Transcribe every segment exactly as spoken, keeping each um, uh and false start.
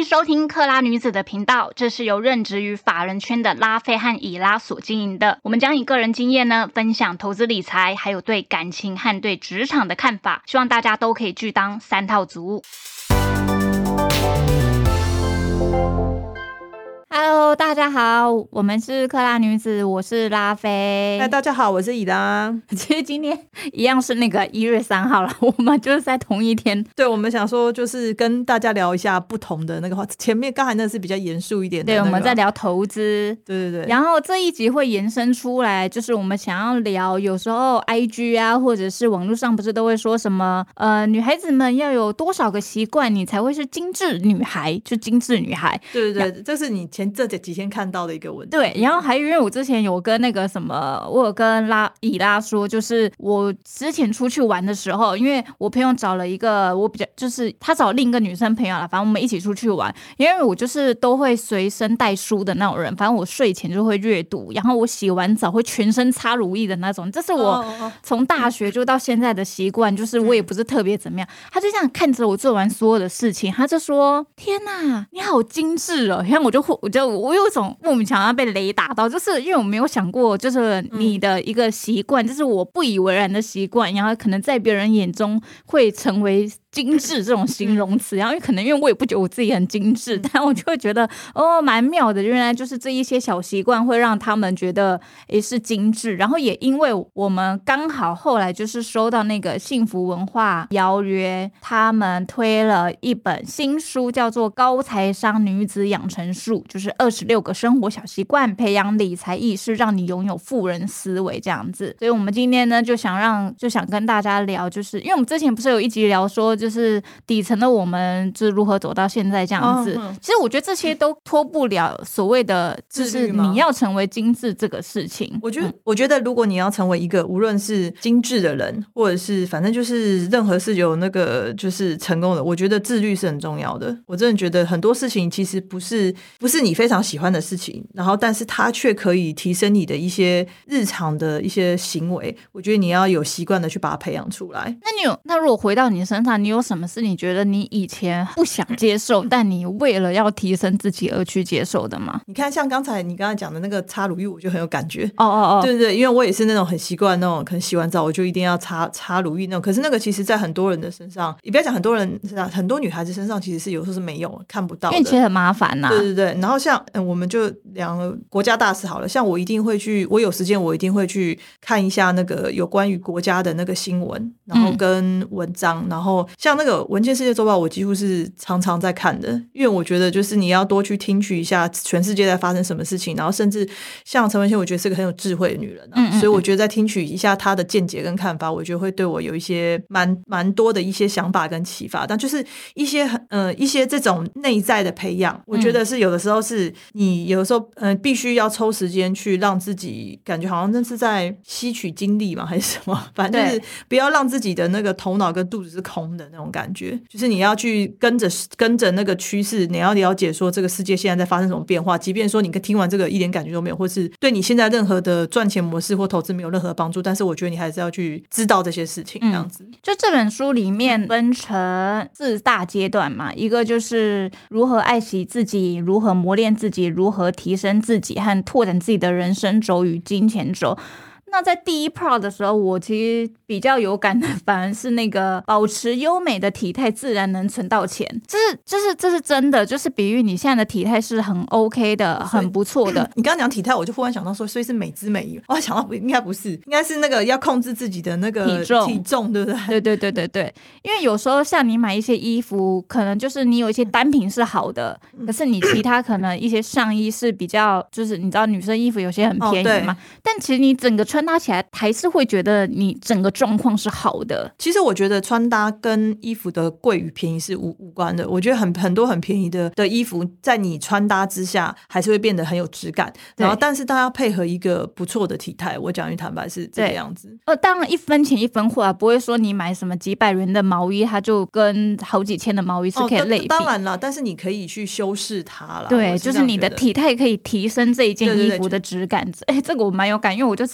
收听克拉女子的频道，这是由任职于法人圈的拉菲和以拉所经营的。我们将以个人经验呢，分享投资理财，还有对感情和对职场的看法，希望大家都可以拒当三套族。Hello， 大家好，我们是克拉女子，我是拉菲。 嗨，大家好，我是以拉。 其实今天一样是那个一月三号了，我们就是在同一天。 对，我们想说就是跟大家聊一下不同的那个话，前面刚才那是比较严肃一点的、那个， 个。 对，我们在聊投资。 对对对。 然后这一集会延伸出来，就是我们想要聊，有时候 I G 啊，或者是网络上不是都会说什么，呃，女孩子们要有多少个习惯，你才会是精致女孩，就精致女孩。 对对对，这是你前这几天看到的一个问题。 对，然后还因为我之前有跟那个什么，我有跟拉以拉说，就是我之前出去玩的时候，因为我朋友找了一个我比较，就是他找另一个女生朋友了，反正我们一起出去玩，因为我就是都会随身带书的那种人，反正我睡前就会阅读，然后我洗完澡会全身擦乳液的那种，这是我从大学就到现在的习惯，就是我也不是特别怎么样。他就这样看着我做完所有的事情，他就说：“天哪，你好精致哦！”然后我就我就我有一种莫名其妙被雷打到，就是因为我没有想过，就是你的一个习惯，就是我不以为然的习惯，然后可能在别人眼中会成为精致这种形容词，然后可能因为我也不觉得我自己很精致，但我就会觉得哦蛮妙的，原来就是这一些小习惯会让他们觉得也是精致。然后也因为我们刚好后来就是收到那个幸福文化邀约，他们推了一本新书，叫做《高财商女子养成术》，就是二十六个生活小习惯，培养理财意识，让你拥有富人思维这样子。所以我们今天呢就想让就想跟大家聊，就是因为我们之前不是有一集聊说就是底层的我们就是如何走到现在这样子、哦嗯、其实我觉得这些都脱不了所谓的就是你要成为精致这个事情。 我觉得、嗯、我觉得如果你要成为一个无论是精致的人，或者是反正就是任何是有那个就是成功的，我觉得自律是很重要的。我真的觉得很多事情其实不是不是你非常喜欢的事情，然后但是它却可以提升你的一些日常的一些行为，我觉得你要有习惯的去把它培养出来。 那你有那如果回到你身上，你有什么是你觉得你以前不想接受但你为了要提升自己而去接受的吗？ 你看像刚才你刚才讲的那个擦乳液，我就很有感觉。 哦哦哦， 对对对，因为我也是那种很习惯那种可能洗完澡我就一定要擦擦乳液那种，可是那个其实在很多人的身上，你不要讲很多人身上，很多女孩子身上其实是有时候是没有看不到的， 因为其实很麻烦呐、啊。 对对对，然后像、嗯、我们就两个国家大事好了，像我一定会去，我有时间我一定会去看一下那个有关于国家的那个新闻，然后跟文章、嗯、然后像那个文件世界周报我几乎是常常在看的，因为我觉得就是你要多去听取一下全世界在发生什么事情，然后甚至像陈文茜我觉得是个很有智慧的女人、啊嗯嗯嗯，所以我觉得在听取一下她的见解跟看法，我觉得会对我有一些蛮蛮多的一些想法跟启发。但就是一些呃一些这种内在的培养，我觉得是有的时候是你有的时候呃必须要抽时间去让自己感觉好像那是在吸取精力嘛还是什么，反正就是不要让自己的那个头脑跟肚子是空的那种感觉，就是你要去跟着跟着那个趋势，你要了解说这个世界现在在发生什么变化，即便说你听完这个一点感觉都没有，或是对你现在任何的赚钱模式或投资没有任何帮助，但是我觉得你还是要去知道这些事情、嗯、这样子。 就这本书里面分成四大阶段嘛，一个就是如何爱惜自己，如何磨练自己，如何提升自己和拓展自己的人生轴与金钱轴。那在第一 part 的时候，我其实比较有感的反而是那个保持优美的体态自然能存到钱，这是这是这是真的，就是比喻你现在的体态是很 OK 的，很不错的。 你刚刚讲体态我就忽然想到说，所以是美姿美仪，我想到应该不是，应该是那个要控制自己的那个体重体重对不对？ 对对对对对，因为有时候像你买一些衣服，可能就是你有一些单品是好的，可是你其他可能一些上衣是比较就是你知道女生衣服有些很便宜嘛、哦、但其实你整个穿搭起来还是会觉得你整个状况是好的。 其实我觉得穿搭跟衣服的贵与便宜是无无关的，我觉得很很多很便宜的的衣服在你穿搭之下还是会变得很有质感，然后但是它要配合一个不错的体态，我讲句坦白是这个样子。 呃，当然一分钱一分货啊，不会说你买什么几百元的毛衣它就跟好几千的毛衣是可以类比、哦、 当然啦，但是你可以去修饰它啦。 对，是就是你的体态可以提升这一件衣服的质感。哎，这个我蛮有感，因为我就之前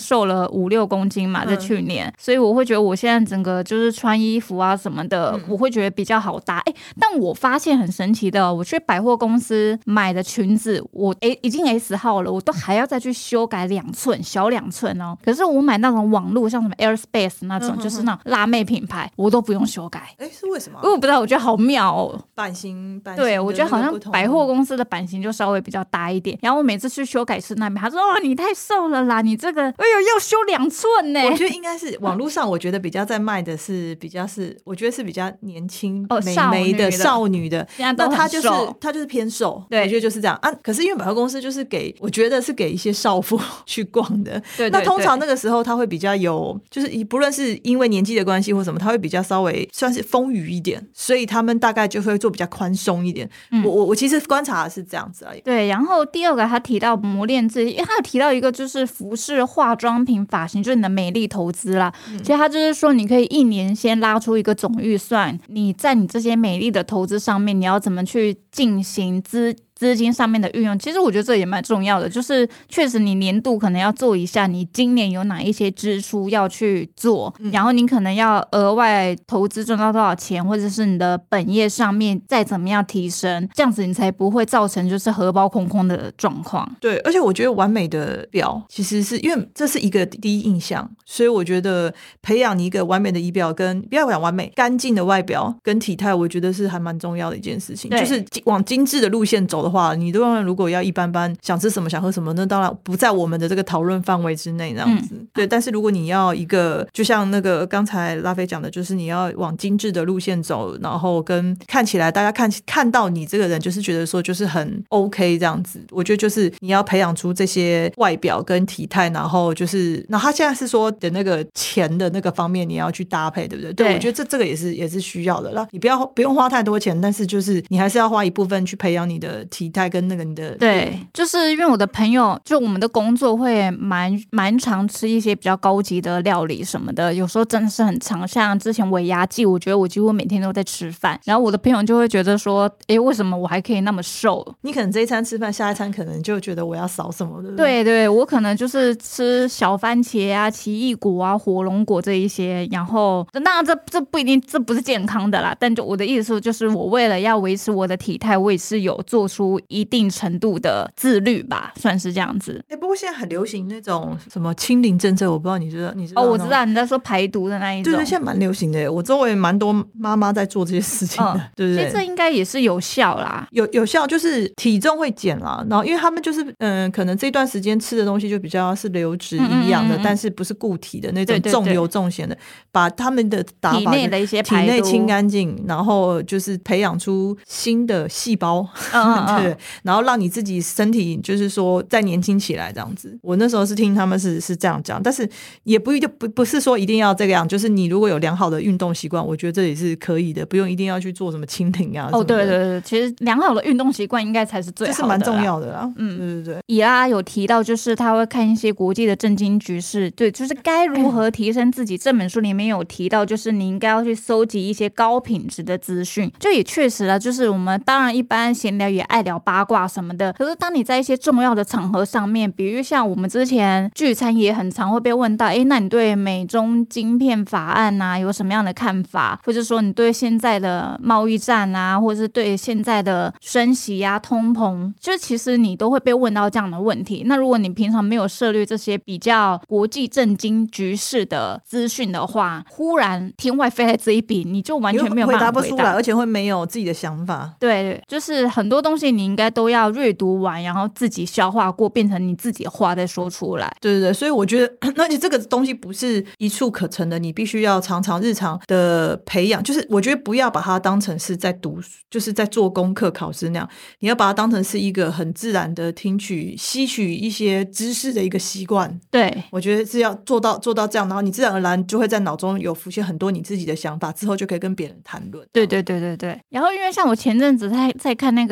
瘦了五六公斤嘛，在去年、嗯、所以我会觉得我现在整个就是穿衣服啊什么的、嗯、我会觉得比较好搭。哎，但我发现很神奇的，我去百货公司买的裙子我哎已经 S 号了，我都还要再去修改两寸，小两寸哦。可是我买那种网络像什么 Airspace 那种、嗯、就是那种辣妹品牌，我都不用修改。 哎，是为什么？ 因为我不知道，我觉得好妙哦。 版型，版型对，我觉得好像百货公司的版型就稍微比较大一点。然后我每次去修改师那边，他说：“哦，你太瘦了啦，你这个哎呦要修两寸呢。” 我觉得应该是网络上，我觉得比较在卖的是比较是，我觉得是比较年轻、 哦、 美眉的少女的。 现在都很瘦， 那她就是她就是偏瘦， 对， 我觉得就是这样啊。可是因为百货公司就是给，我觉得是给一些少妇去逛的。对, 对, 对，那通常那个时候他会比较有，就是不论是因为年纪的关系或什么，他会比较稍微算是丰腴一点，所以他们大概就会做比较宽松一点。嗯、我我我其实观察的是这样子而已。 对，然后第二个他提到磨练自己，因为他有提到一个就是服饰、化妆品、发型，就是你的美丽投资啦。嗯、其实他就是说，你可以一年先拉出一个总预算，你在你这些美丽的投资上面，你要怎么去进行资。资金上面的运用，其实我觉得这也蛮重要的，就是确实你年度可能要做一下你今年有哪一些支出要去做、嗯、然后你可能要额外投资赚到多少钱，或者是你的本业上面再怎么样提升，这样子你才不会造成就是荷包空空的状况。 对，而且我觉得完美的表其实是因为这是一个第一印象，所以我觉得培养你一个完美的仪表跟不要讲完美干净的外表跟体态，我觉得是还蛮重要的一件事情，就是往精致的路线走的话，你当然如果要一般般想吃什么想喝什么，那当然不在我们的这个讨论范围之内这样子、嗯、对。但是如果你要一个就像那个刚才拉菲讲的，就是你要往精致的路线走，然后跟看起来大家看看到你这个人就是觉得说就是很 OK 这样子，我觉得就是你要培养出这些外表跟体态，然后就是那他现在是说的那个钱的那个方面你要去搭配，对不对？ 对, 对，我觉得这这个也是也是需要的啦。你不要不用花太多钱，但是就是你还是要花一部分去培养你的体态跟那个你的。 对，就是因为我的朋友就我们的工作会蛮蛮常吃一些比较高级的料理什么的，有时候真的是很常，像之前尾牙季，我觉得我几乎每天都在吃饭，然后我的朋友就会觉得说，诶，为什么我还可以那么瘦？ 你可能这一餐吃饭，下一餐可能就觉得我要少什么的。 对对，我可能就是吃小番茄啊、奇异果啊、火龙果这一些，然后当然这这不一定，这不是健康的啦，但就我的意思就是我为了要维持我的体态，我也是有做出一定程度的自律吧，算是这样子。 欸、不过现在很流行那种什么清零政策，我不知道你知道你知道？ 哦，我知道你在说排毒的那一种。 对对，现在蛮流行的，我周围蛮多妈妈在做这些事情的，嗯、对不对？ 其实这应该也是有效啦， 有有效，就是体重会减啦。然后因为他们就是嗯、呃，可能这段时间吃的东西就比较是流质营养的，嗯嗯嗯嗯，但是不是固体的那种重油重咸的，对对对，把他们的打法体内的一些排毒体内清干净，然后就是培养出新的细胞，嗯嗯嗯对，然后让你自己身体就是说再年轻起来这样子。我那时候是听他们是是这样讲，但是也不就不不是说一定要这个样，就是你如果有良好的运动习惯，我觉得这也是可以的，不用一定要去做什么蜻蜓啊。 哦，对对对，其实良好的运动习惯应该才是最好的， 这是蛮重要的啦。嗯，对对对。 以拉有提到，就是他会看一些国际的政经局势，对，就是该如何提升自己。这本书里面有提到，就是你应该要去搜集一些高品质的资讯。就也确实啊，就是我们当然一般闲聊也爱聊八卦什么的，可是当你在一些重要的场合上面，比如像我们之前聚餐也很常会被问到，哎，那你对美中晶片法案啊有什么样的看法？或者说你对现在的贸易战啊，或者是对现在的升息啊、通膨，就其实你都会被问到这样的问题。那如果你平常没有涉猎这些比较国际政经局势的资讯的话，忽然天外飞来这一笔，你就完全没有办法回答， 回答不出来，而且会没有自己的想法。 对，就是很多东西你应该都要阅读完，然后自己消化过，变成你自己的话再说出来。 对对对，所以我觉得，而且这个东西不是一触可成的，你必须要常常日常的培养。就是我觉得不要把它当成是在读，就是在做功课考试那样，你要把它当成是一个很自然的听取、吸取一些知识的一个习惯。 对， 我觉得是要做到做到这样，然后你自然而然就会在脑中有浮现很多你自己的想法，之后就可以跟别人谈论。 对对对对对。然后因为像我前阵子在在看那个财阀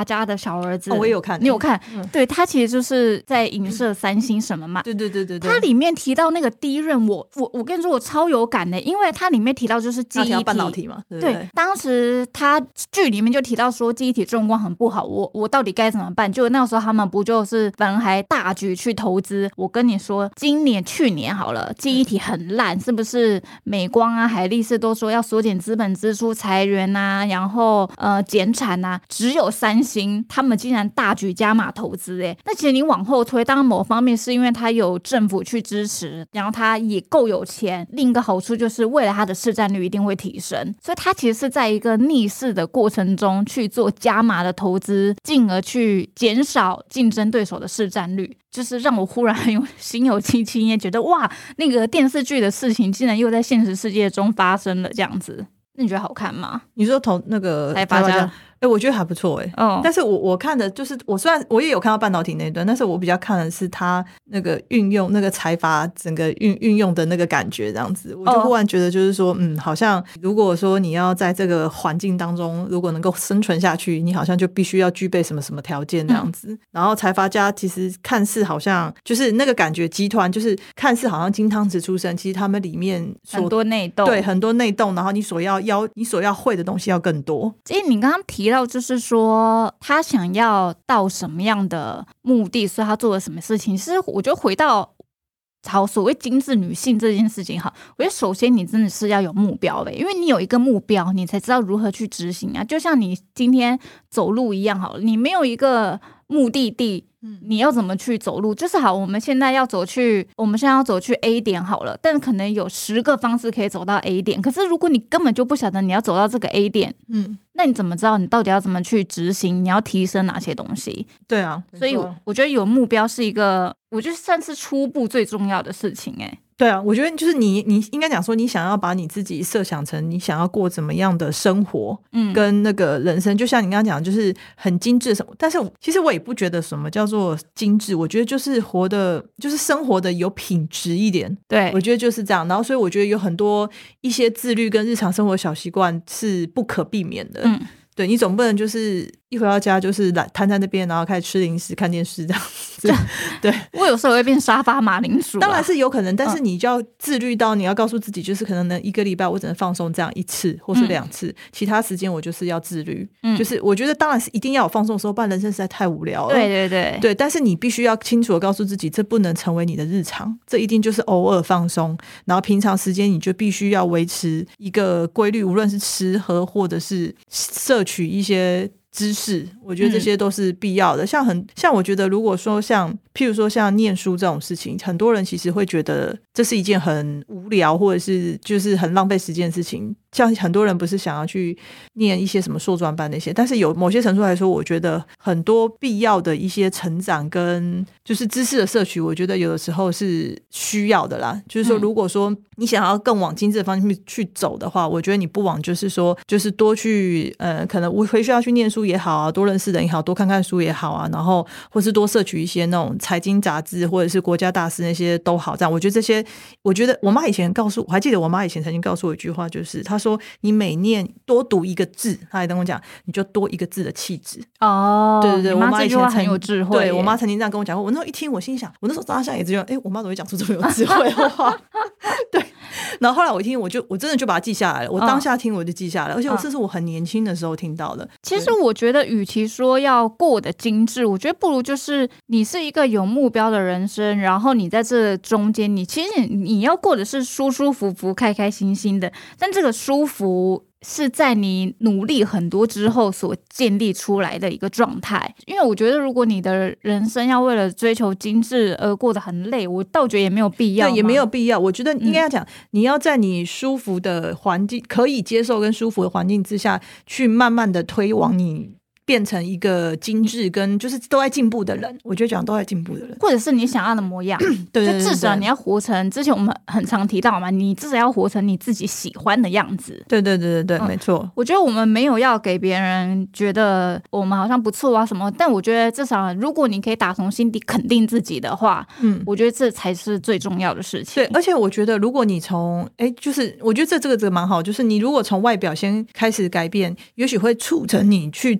发家的小儿子， 哦，我也有看， 你有看？ 嗯、 对，他其实就是在影射三星什么嘛。 对对对对对。 他里面提到那个第一任我，我我跟你说，我超有感的，因为他里面提到就是记忆体半导体嘛，对不对？对，当时他剧里面就提到说记忆体状况很不好，我我到底该怎么办？就那时候他们不就是本来还大举去投资，我跟你说，今年去年好了，记忆体很烂，是不是？美光啊、海力士都说要缩减资本支出、裁员啊，然后呃减产啊，只有三星他们竟然大举加码投资，哎，那其实你往后推，当然某方面是因为他有政府去支持，然后他也够有钱，另一个好处就是未来他的市占率一定会提升，所以他其实是在一个逆势的过程中去做加码的投资，进而去减少竞争对手的市占率，就是让我忽然很有心有戚戚焉，觉得哇，那个电视剧的事情竟然又在现实世界中发生了这样子。那你觉得好看吗？ 你说投那个财阀家， 哎、欸，我觉得还不错哎、欸。 哦， 但是我我看的就是，我虽然我也有看到半导体那一段，但是我比较看的是他那个运用那个财阀整个运运用的那个感觉这样子，我就忽然觉得就是说，哦、嗯，好像如果说你要在这个环境当中，如果能够生存下去，你好像就必须要具备什么什么条件这样子。嗯、然后财阀家其实看似好像就是那个感觉，集团就是看似好像金汤匙出身，其实他们里面很多内斗， 对，很多内斗，然后你所要要你所要会的东西要更多。 因为你刚刚提到就是说他想要到什么样的目的，所以他做了什么事情。其实我觉得回到好所谓精致女性这件事情，好，我觉得首先你真的是要有目标的，因为你有一个目标，你才知道如何去执行啊。就像你今天走路一样，好了，你没有一个目的地。你要怎么去走路？就是好，我们现在要走去，我们现在要走去 A 点好了，但可能有十个方式可以走到 A 点。可是如果你根本就不晓得你要走到这个 A 点，嗯，那你怎么知道你到底要怎么去执行？你要提升哪些东西？ 对啊， 所以我觉得有目标是一个，我觉得算是初步最重要的事情、欸。哎， 对啊，我觉得就是你，你应该讲说，你想要把你自己设想成你想要过怎么样的生活，嗯，跟那个人生，就像你刚刚讲，就是很精致什么。但是其实我也不觉得什么叫做精致，我觉得就是活的，就是生活的有品质一点。 对， 我觉得就是这样。然后，所以我觉得有很多一些自律跟日常生活小习惯是不可避免的。嗯，对，你总不能就是一回到家就是瘫在那边，然后开始吃零食、看电视这样子。对， 我有时候会变沙发马铃薯、啊， 当然是有可能，但是你就要自律到你要告诉自己，就是可能能一个礼拜我只能放松这样一次或是两次，嗯、其他时间我就是要自律。嗯，就是我觉得当然是一定要有放松的时候，不然人生实在太无聊了。 对对对对，但是你必须要清楚的告诉自己，这不能成为你的日常，这一定就是偶尔放松，然后平常时间你就必须要维持一个规律，无论是吃喝或者是摄取一些知识，我觉得这些都是必要的。嗯、像很像我觉得，如果说像譬如说像念书这种事情，很多人其实会觉得这是一件很无聊或者是就是很浪费时间的事情。像很多人不是想要去念一些什么硕专班那些，但是有某些程度来说，我觉得很多必要的一些成长跟就是知识的摄取，我觉得有的时候是需要的啦。就是说，如果说你想要更往精致的方向去走的话，我觉得你不枉就是说，就是多去呃，可能回学校去念书也好啊，多认识人也好，多看看书也好啊，然后或是多摄取一些那种财经杂志或者是国家大事那些都好。这样，我觉得这些，我觉得我妈以前告诉我，还记得我妈以前曾经告诉我一句话，就是她说你每念多读一个字，她还跟我讲，你就多一个字的气质。 哦， 对对对，我妈以前很有智慧。 对，我妈曾经这样跟我讲过，我那时候一听，我心想，我那时候长大下也只有，哎，我妈怎么会讲出这么有智慧的话？对。然后后来我一听，我就我真的就把它记下来了。我当下听我就记下来，哦、而且我这是我很年轻的时候听到的。 其实我觉得，与其说要过得精致，我觉得不如就是你是一个有目标的人生，然后你在这中间，你其实你要过的是舒舒服服、开开心心的。但这个舒服是在你努力很多之后所建立出来的一个状态。因为我觉得，如果你的人生要为了追求精致而过得很累，我倒觉得也没有必要。 对，也没有必要。我觉得应该要讲，嗯、你要在你舒服的环境、可以接受跟舒服的环境之下去慢慢的推往你变成一个精致跟就是都在进步的人。我觉得讲都在进步的人， 或者是你想要的模样。 对, 对, 对, 对， 就至少你要活成之前我们很常提到嘛，你至少要活成你自己喜欢的样子。 对对对对对、嗯、没错。 我觉得我们没有要给别人觉得我们好像不错啊什么，但我觉得至少如果你可以打从心底肯定自己的话，嗯，我觉得这才是最重要的事情。 对，而且我觉得如果你从哎，就是我觉得这这个这个蛮好，就是你如果从外表先开始改变，也许会促成你去做很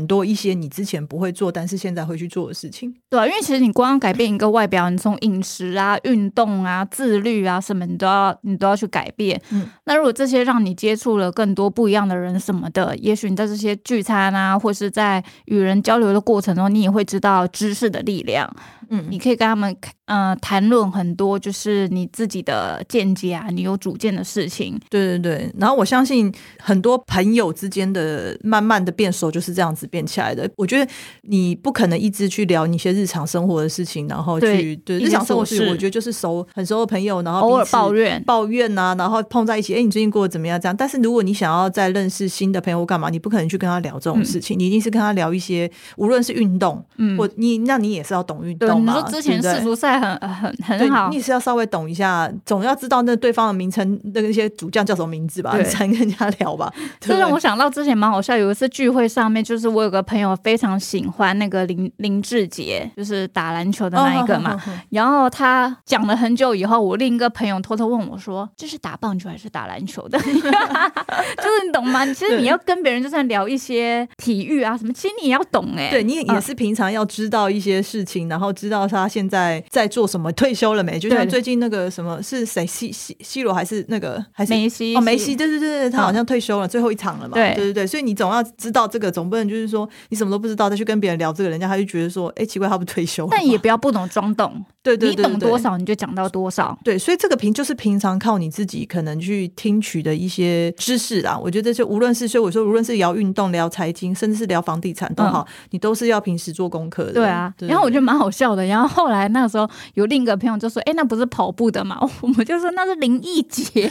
很多一些你之前不会做但是现在会去做的事情。 对啊，因为其实你光要改变一个外表，你从饮食啊、运动啊、自律啊什么，你都要你都要去改变。嗯，那如果这些让你接触了更多不一样的人什么的，也许你在这些聚餐啊，或是在与人交流的过程中，你也会知道知识的力量。嗯，你可以跟他们呃谈论很多就是你自己的见解啊，你有主见的事情。 对对对，然后我相信很多朋友之间的慢慢的变熟就是这样子变起来的。我觉得你不可能一直去聊你一些日常生活的事情，然后去 对, 对日常生活的事情，我觉得就是熟很熟的朋友，然后偶尔抱怨抱怨啊，然后碰在一起，哎，你最近过得怎么样这样。但是如果你想要再认识新的朋友干嘛，你不可能去跟他聊这种事情、嗯、你一定是跟他聊一些无论是运动、嗯、或你那你也是要懂运动嘛。 你说之前世足赛很很很好， 你也是要稍微懂一下，总要知道那对方的名称，那个那些主将叫什么名字吧，你才跟人家聊吧。 这让我想到之前蛮好笑，有一次聚会上面，就是我有个朋友非常喜欢那个林林志杰，就是打篮球的那一个嘛、哦、然后他讲了很久以后，我另一个朋友偷偷问我说，这是打棒球还是打篮球的？就是你懂吗？其实你要跟别人就算聊一些体育啊什么，其实你也要懂哎、欸， 对，你也是平常要知道一些事情、嗯、然后知道他现在在做什么，退休了没？就像最近那个什么是谁 C C C 罗还是那个还是梅西？ 哦，梅西，对对对，他好像退休了、嗯、最后一场了嘛。对对对，所以你总要知道这个，总不能就是说你什么都不知道再去跟别人聊这个，人家他就觉得说，哎，奇怪，他不退休了。 但也不要不懂装懂， 对对 对, 对, 对， 你懂多少你就讲到多少。 对，所以这个平就是平常靠你自己可能去听取的一些知识啦。我觉得就无论是所以我说无论是聊运动、聊财经，甚至是聊房地产都好、嗯，你都是要平时做功课的。 对啊，对对对，然后我觉得蛮好笑的。然后后来那个时候有另一个朋友就说，哎，那不是跑步的嘛？我们就说那是林奕杰。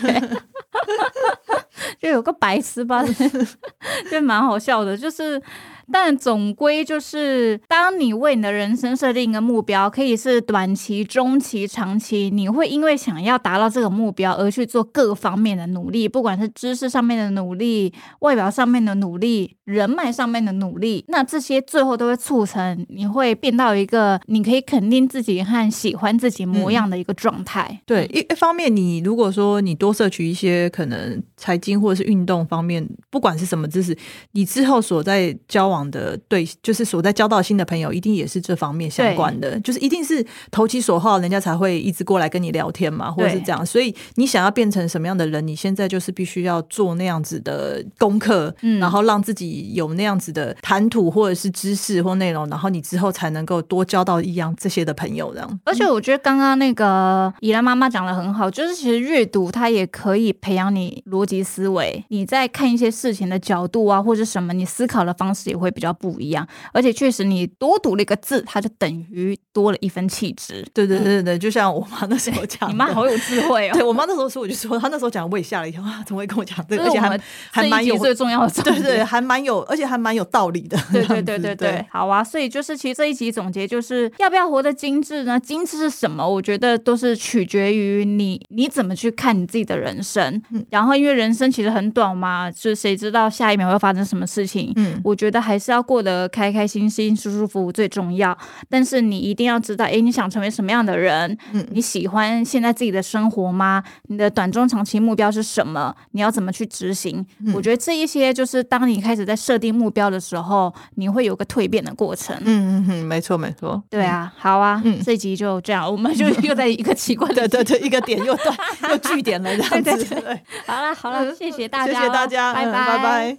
就有个白痴吧，就蛮好笑的。就是但总归就是当你为你的人生设定一个目标，可以是短期、中期、长期，你会因为想要达到这个目标而去做各方面的努力，不管是知识上面的努力、外表上面的努力、人脉上面的努力，那这些最后都会促成你会变到一个你可以肯定自己和喜欢自己模样的一个状态、嗯、 对，一一方面你如果说你多摄取一些可能财经或者是运动方面不管是什么知识，你之后所在交往的对就是所在交到新的朋友一定也是这方面相关的，就是一定是投其所好，人家才会一直过来跟你聊天嘛，或者是这样。所以你想要变成什么样的人，你现在就是必须要做那样子的功课、嗯、然后让自己有那样子的谈吐或者是知识或内容，然后你之后才能够多交到一样这些的朋友这样。 而且我觉得刚刚那个宜兰妈妈讲得很好，就是其实阅读它也可以培养你逻辑思维，你在看一些事情的角度啊或者什么，你思考的方式也会比较不一样。而且确实你多读了一个字，它就等于多了一分气质。 对对对对、嗯、就像我妈那时候讲的， 你妈好有智慧哦。 对，我妈那时候说，我就说她那时候讲我也吓了一跳，怎么会跟我讲这个？而且还还蛮有最重要的重点， 对对，还蛮有，而且还蛮有道理的。 对对对对 对, 对，好啊。所以就是其实这一集总结就是要不要活得精致呢？精致是什么？我觉得都是取决于你你怎么去看你自己的人生、嗯、然后因为人生其实很短嘛，就是谁知道下一秒会发生什么事情、嗯、我觉得还是要过得开开心心舒舒服服最重要。但是你一定要知道，哎，你想成为什么样的人、嗯、你喜欢现在自己的生活吗？你的短中长期目标是什么？你要怎么去执行、嗯、我觉得这一些就是当你开始在设定目标的时候，你会有个蜕变的过程。 嗯嗯嗯，没错没错。 对啊，好啊、嗯、这一集就这样，我们就又在一个奇怪的对对对，一个点又断又据点了这样子。 对对对对，好了好了、嗯、谢谢大家， 谢谢大家， 拜拜、 嗯、拜拜。